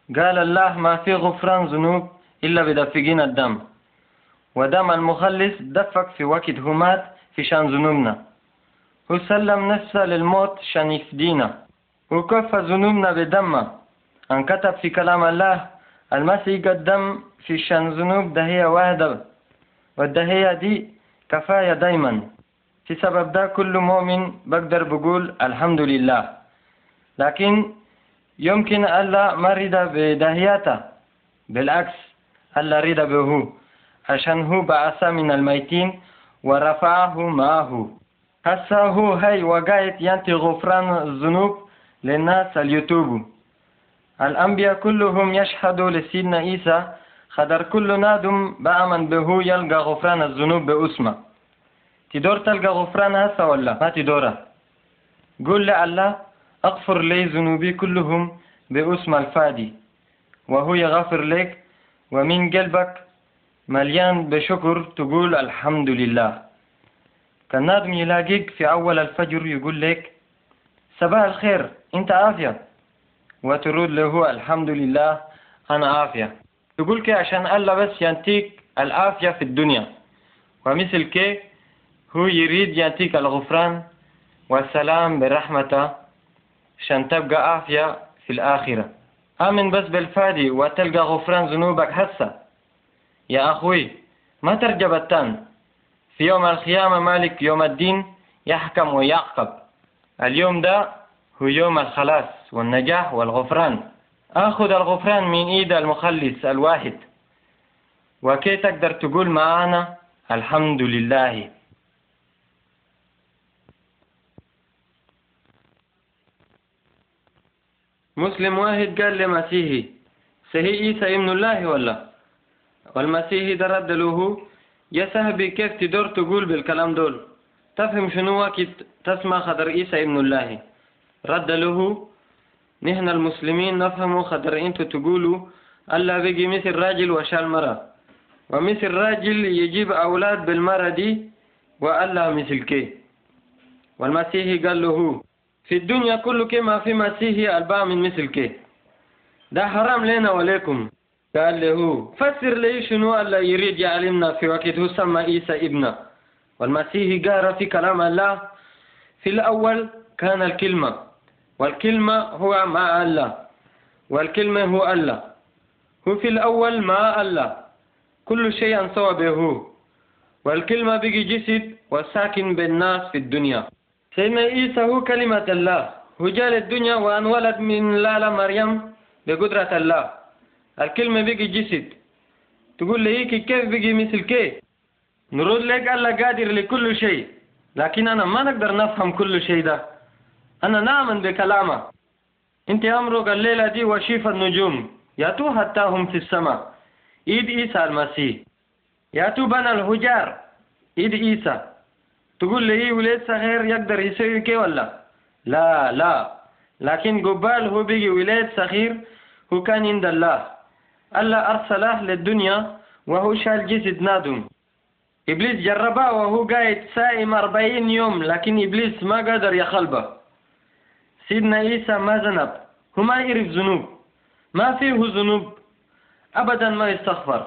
قال الله ما في غفران ذنوب إلا بدفقين الدم، ودم المخلص دفق في وقت همات في شان ذنوبنا، هو سلم نفسه للموت شان يفدينا، وكفى ذنوبنا بدمه. انكتب في كلام الله المسيح قدم في شان ذنوب ده هي واحدة، وده هي دي كفاية دايما. في سبب ده كل مؤمن بقدر بقول الحمد لله. لكن يمكن الله ما رضا بدهياته، بالعكس الله رضا به، عشان هو بعث من الميتين ورفعه معه. هسا هو هاي وقايت ينتي غفران الذنوب للناس اليوتوب. الأنبياء كلهم يشهدوا لسيدنا عيسى، خدر كل نادم بأمن به يلقى غفران الذنوب باسمه. تدور تلقى غفران هسا ولا ما تدوره؟ قول لله أغفر لي ذنوبي كلهم باسم الفادي، وهو يغفر لك، ومن قلبك مليان بشكر تقول الحمد لله. كان نادم يلاقيك في أول الفجر يقول لك صباح الخير أنت عافية، وترد له الحمد لله أنا عافية. تقول كي عشان الله بس ينتيك العافية في الدنيا، ومثل كي هو يريد ينتيك الغفران والسلام برحمته عشان تبقى عافية في الآخرة. آمن بس بالفادي وتلقى غفران ذنوبك هسه يا أخوي، ما ترجع بتان. في يوم القيامة مالك يوم الدين يحكم ويعقب. اليوم ده هو يوم الخلاص والنجاح والغفران. أخذ الغفران من إيد المخلص الواحد، وكي تقدر تقول معانا الحمد لله. مسلم واحد قال لمسيحي صحيح عيسى ابن الله ولا؟ والمسيحي ده رد له يا صاحبي كيف تقدر تقول بالكلام دول؟ تفهم شنو وقت تسمع خضر عيسى ابن الله؟ رد له نحن المسلمين نفهم خضر انتو تقولوا الله بيجي مثل راجل وشال مرة، ومثل راجل يجيب أولاد بالمرة دي، والله مثل كي. والمسيحي قال له في الدنيا كله كما في مسيحي الباء من مثل كي، ده حرام لنا وليكم. قال له فسر لي شنو الله يريد يعلمنا في وقت هو سمى عيسى ابنه. والمسيحي قال في كلام الله في الأول كان الكلمة، والكلمة هو مع الله، والكلمة هو الله، هو في الأول مع الله، كل شيء سوى به، والكلمة بيجي جسد وساكن بالناس في الدنيا. سيدنا عيسى هو كلمة الله، هو جاء الدنيا وانولد من لالا مريم بقدرة الله. الكلمة بيجي جسد. تقول لي كيف بيجي مثل كي؟ نرد لك الله قادر لكل شيء، لكن أنا ما نقدر نفهم كل شيء ده. أنا نؤمن بكلامه. أنت أمرك الليلة دي وشيف النجوم يأتوا حتى هم في السماء، إيد عيسى المسيح. يأتوا بنا الحجار، إيد عيسى. تقول لي ولد صغير يقدر يسوي كي ولا؟ لا لا، لكن قبال هو بيجي ولد صغير هو كان عند الله. الله أرسله للدنيا وهو شال جسد نادم. إبليس جربه وهو قاعد سائم 40 يوم، لكن إبليس ما قدر يخلبه. سيدنا عيسى ما ذنب، هو ما يعرف ذنوب، ما فيه ذنوب أبدا، ما يستغفر.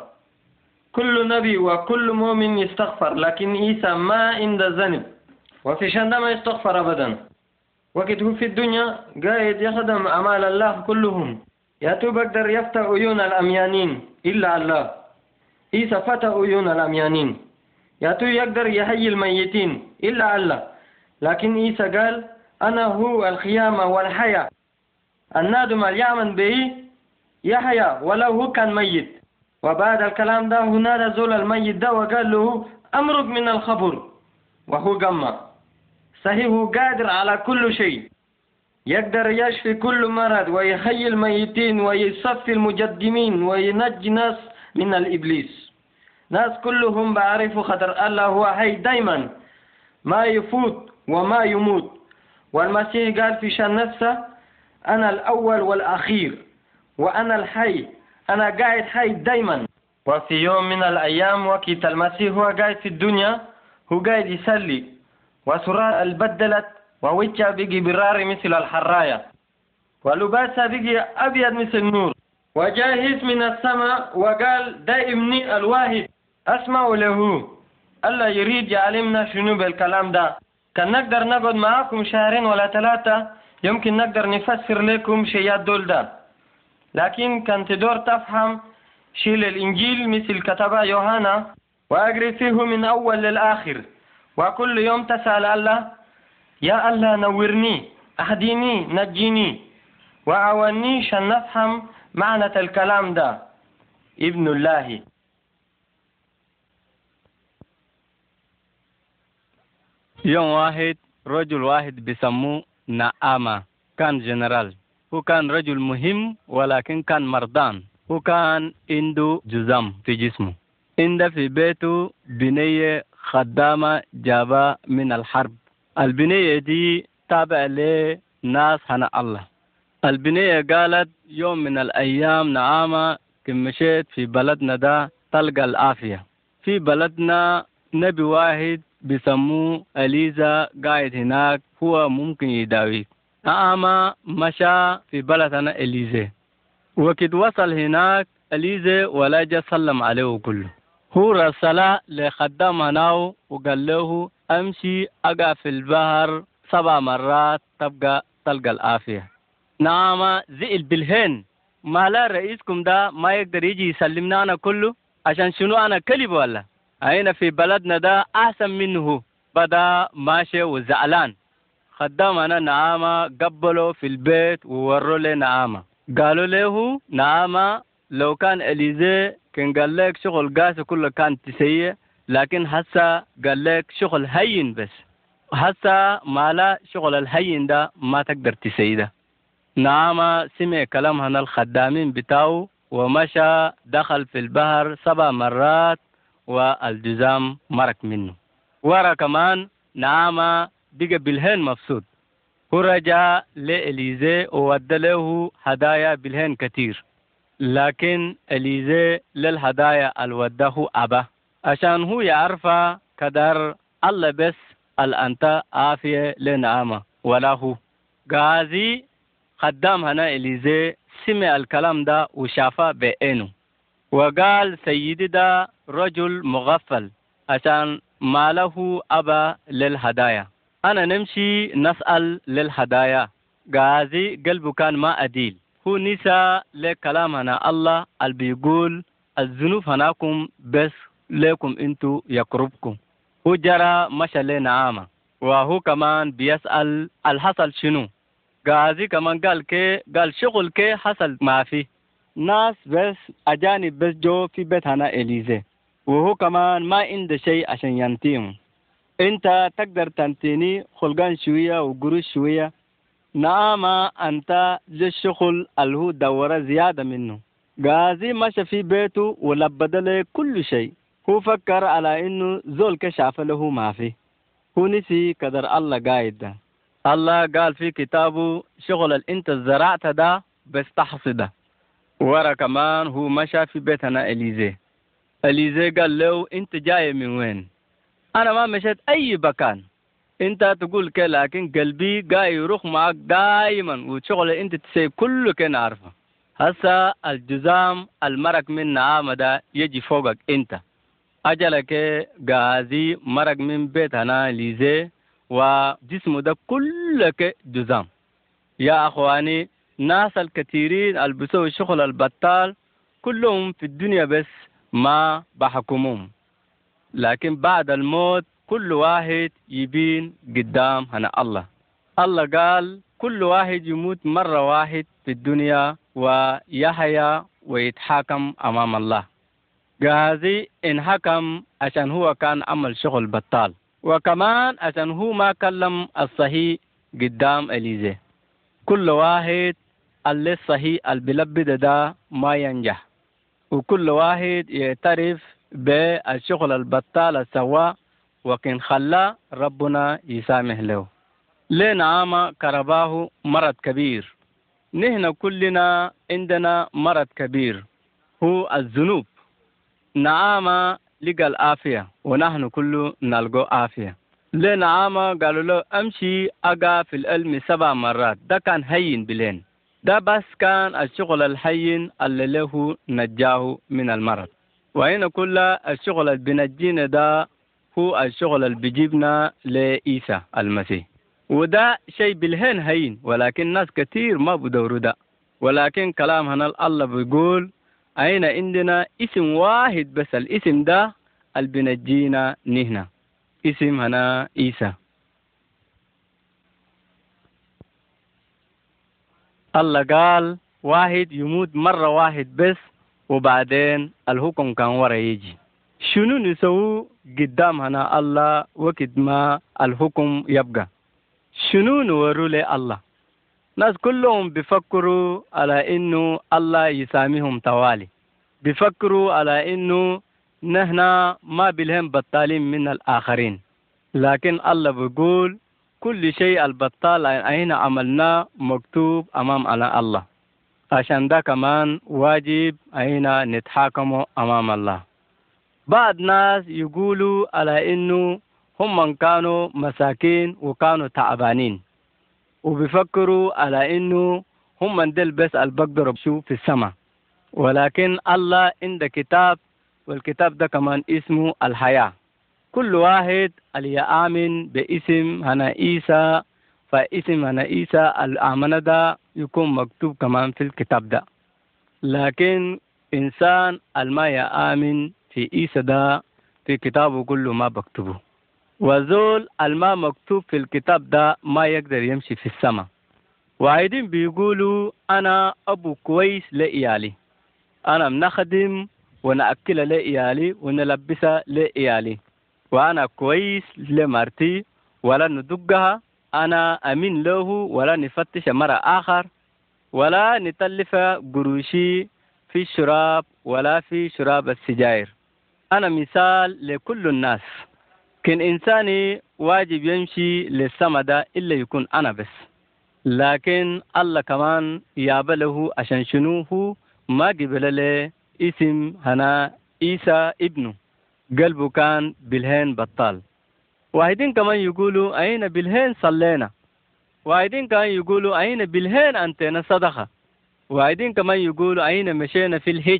كل نبي وكل مؤمن يستغفر، لكن عيسى ما عنده ذنب، وفي شان ما يستغفر أبدا. وقت هو في الدنيا قاعد يخدم أعمال الله كلهم. ياتو بقدر يفتح عيون الأميانين إلا الله. عيسى فتح عيون الأميانين. ياتو يقدر يحيي الميتين إلا الله، لكن عيسى قال أنا هو القيامة والحياة. النادم اليمن به يحيى ولو هو كان ميت. وبعد الكلام ده هنا زول الميت ده وقال له أمرك من الخبر، وهو قام. صحيح هو قادر على كل شيء، يقدر يشفي كل مرض ويحيي الميتين ويصفي المجدمين وينجي ناس من الإبليس. ناس كلهم بعرفوا خطر الله هو حي دايما، ما يفوت وما يموت. والمسيح قال في شان نفسه أنا الأول والأخير وأنا الحي، أنا قاعد حي دايما. وفي يوم من الأيام وقت المسيح هو قاعد في الدنيا، هو قاعد يصلي، وسرار البدلت ووجهه بيجي براري مثل الحراية، ولباسه بيجي أبيض مثل النور، وجاهز من السماء وقال ده ابني الواحد أسمع له. الله يريد يعلمنا شنو بالكلام ده. كان نقدر نقعد معاكم شهرين ولا 3 يمكن نقدر نفسر لكم شيئات دول ده، لكن كان تدور تفهم شيل الإنجيل مثل كتبه يوحنا وأقري فيه من أول للآخر، وكل يوم تسأل الله يا الله نورني أهديني نجيني وأعوني عشان نفهم معنى الكلام ده. ابن الله. يوم واحد رجل واحد بيسموه نعامة، كان جنرال، هو كان رجل مهم ولكن كان مرضان، هو كان عنده جزام في جسمه. عنده في بيته بنية خدامة جابا من الحرب. البنية دي تابع لناس هنا الله. البنية قالت يوم من الأيام نعامة كم مشيت في بلدنا ده تلقى العافية. في بلدنا نبي واحد بيسموه أليزا قاعد هناك، هو ممكن يداويك. نعامة مشى في بلدنا أليزا، وقت وصل هناك أليزا ولا جا سلم عليه كله. هو رسل لخدام هناو وقال له أمشي أقع في البحر 7 مرات تلقى العافية. نعامة زئل بالهن، ما لا رئيسكم ده ما يقدر يجي يسلمنا أنا كله عشان شنو أنا كلب ولا أين في بلدنا ده أحسن منه. بدأ ماشي وزعلان. خدامنا نعامة قبلوا في البيت ووروا له نعامة، قالوا له نعامة لو كان أليزا كان قال لك شغل قاسي كله كان تسيء، لكن هسا قال لك شغل هين بس. هسا ما لا شغل الهين ده ما تقدر تسيء ده. نعامة سمع كلامنا الخدامين بتاعه ومشى دخل في البحر 7 مرات والجزام مرك منه. ورا كمان نعامة بقى بالهن مبسوط. هو رجع لإليزا وودى له هدايا بالهن كتير، لكن إليزا للهدايا الوده أبا عشان هو يعرف قدر الله بس الأنت عافية لنعامة ولا هو. غازي خدام هنا إليزا سمع الكلام ده وشافه بعينه وقال سيدي ده رجل مغفل عشان ما له أبا للهدايا، أنا نمشي نسأل للهدايا. غازي قلبه كان ما أديل، هو نسى لكلام هنا الله اللي بيقول الذنوب هناكم بس لكم انتو يقربكم. هو جرى مشى لنعامة وهو كمان بيسأل الحصل شنو. غازي كمان قال شغل كي حصل ما فيه ناس بس أجانب بس جو في بيت هنا إليزا، وهو كمان ما عنده شيء عشان ينتيهم. انت تقدر تنتيني خلقان شوية وقروش شوية. نعم انت للشغل اللي هو دورة زيادة منه. غازي مشى في بيته ولبد له كل شيء. هو فكر على انه زول كشاف له ما فيه. هو نسي قدر الله قايد ده. الله قال في كتابه شغل انت زرعت ده بس تحصده. ورا كمان هو مشى في بيتنا إليزا. إليزا قال له انت جاي من وين؟ انا ما مشيت اي مكان، انت تقول كده لكن قلبي قاعد يروح معك دائما وشغل انت تسيب كله كده عارفه. هسا الجزام المرق من نعامة ده يجي فوقك انت. اجلك غازي مرق من بيت هنا إليزا وجسمه ده كله جزام. يا اخواني ناس الكثيرين البسوا شغل البطال كلهم في الدنيا بس ما بحكمهم، لكن بعد الموت كل واحد يبين قدام هنا الله. الله قال كل واحد يموت مرة واحد في الدنيا ويحيا ويتحاكم أمام الله. غازي انحكم عشان هو كان عمل شغل بطال، وكمان عشان هو ما كلم الصحيح قدام إليزا. كل واحد اللي الصحيح اللي بلبد ده ما ينجح، وكل واحد يعترف بالشغل البطال السوا وكن خلى ربنا يسامح له. لنعامة كرباه مرض كبير. نحن كلنا عندنا مرض كبير هو الذنوب. نعامة لقى العافية ونحن كله نلقى عافية. لنعامة قالوا له أمشي أقع في العلم 7 مرات، ده كان هين بلين. ده بس كان الشغل الحين اللي له نجاه من المرض. وهنا كل الشغل اللي بنجينا ده هو الشغل اللي بيجيبنا لعيسى المسيح. وده شيء بالهين هين، ولكن ناس كتير ما بدوروا ده. ولكن كلام هنا الله بيقول أين عندنا اسم واحد بس، الاسم ده اللي بنجينا نهنا، اسم هنا عيسى. الله قال واحد يموت مرة واحد بس وبعدين الحكم كان ورا يجي. شنو نسوي قدام هنا الله وقت ما الحكم يبقى؟ شنو نورو لي الله؟ ناس كلهم بيفكروا على انه الله يساميهم طوالي، بيفكروا على انه نحن ما بلهم بطالين من الاخرين. لكن الله بيقول كل شيء البطال أين عملناه مكتوب أمام الله، عشان ده كمان واجب أين نتحاكم أمام الله. بعض ناس يقولوا على إنه هم من كانوا مساكين وكانوا تعبانين، وبيفكروا على إنه هم من دل بس البقدر بشوف في السماء. ولكن الله عند كتاب، والكتاب ده كمان اسمه الحياة. كل واحد اللي يآمن باسم هنا عيسى، فاسم هنا عيسى الآمنة ده يكون مكتوب كمان في الكتاب ده. لكن إنسان الما يآمن في عيسى ده في كتابه كله ما بكتبه، وزول الما مكتوب في الكتاب ده ما يقدر يمشي في السماء. وعيدين بيقولوا أنا أبو كويس لإيالي، أنا منخدم ونأكل لإيالي ونلبسها لإيالي، وأنا كويس لمرتي ولا ندقها، أنا أمين له ولا نفتش مرة آخر، ولا نتلف قروشي في الشراب ولا في شراب السجاير. أنا مثال لكل الناس. كن إنساني واجب يمشي للسما ده إلا يكون أنا بس. لكن الله كمان يابله عشان شنوه ما قبل له اسم هنا عيسى ابنه، قلبه كان بالهين بطال. واحدين كمان يقولوا أين بالهين صلينا، واحدين كمان يقولوا أين بالهين أنتنا صدقة، واحدين كمان يقولوا أين مشينا في الهج،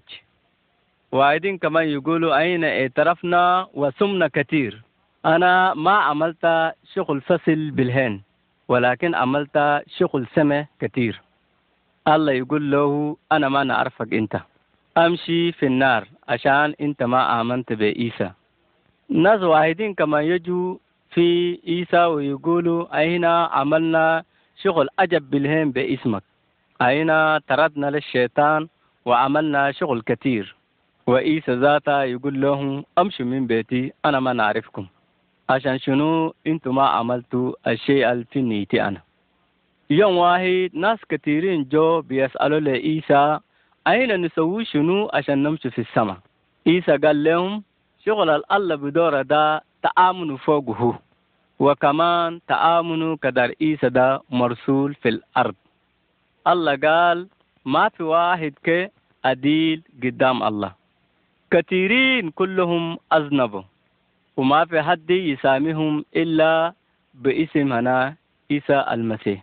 واحدين كمان يقولوا أين اعترفنا وصمنا كتير. أنا ما عملت شغل فصل بالهين، ولكن عملت شغل سمع كتير. الله يقول له أنا ما نعرفك أنت، أمشي في النار عشان أنت ما آمنت بعيسى. ناس واحدين كما يجوا في عيسى ويقولوا أين عملنا شغل أجب بالهم باسمك، أين طردنا للشيطان وعملنا شغل كتير. وعيسى ذاته يقول لهم أمشوا من بيتي، أنا ما نعرفكم، عشان شنو أنتم ما عملتوا الشيء اللي في نيتي أنا. يوم واحد ناس كتيرين جو بيسألوا لعيسى أين نسوي شنو عشان نمشي في السماء. عيسى قال لهم شغل الله بدور ده تآمنوا فوقه، وكمان تآمنوا كدار عيسى ده مرسول في الأرض. الله قال ما في واحد كأديل قدام الله، كثيرين كلهم أذنبوا وما في حد يساميهم إلا باسم هنا عيسى المسيح،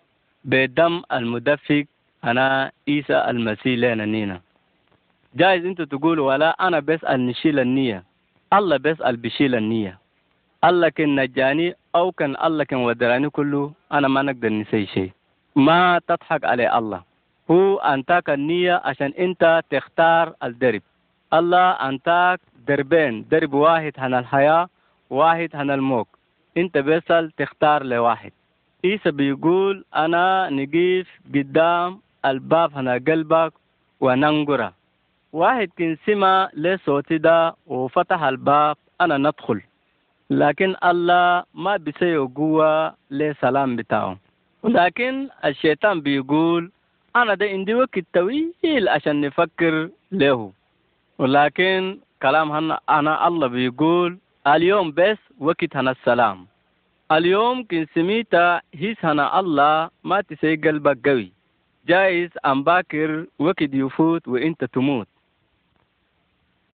بدم المدفق أنا عيسى المسيح لنا نينا. جايز انتوا تقولوا ولا أنا بسأل نشيل النية، الله بسأل بشيل النية. الله كان نجاني أو كان الله كان ودراني كله، أنا ما نقدر نسي شيء. ما تضحك على الله، هو أنتاك النية عشان أنت تختار الدرب. الله أنتاك دربين، درب واحد هنا الحياة واحد هنا الموت، أنت بسأل تختار لواحد. عيسى بيقول أنا نقيف قدام الباب هنا قلبك وننقره، واحد كان سمع لصوتي ده وفتح الباب أنا ندخل. لكن الله ما بيسيو قوة لسلام بتاعه. لكن الشيطان بيقول أنا ده عندي وقت طويل عشان نفكر له. ولكن كلام أنا الله بيقول اليوم بس وقت هنا السلام. اليوم كن سميت هيس هنا الله ما تسي قلبك قوي، جايز أم باكر وقت يفوت وإنت تموت.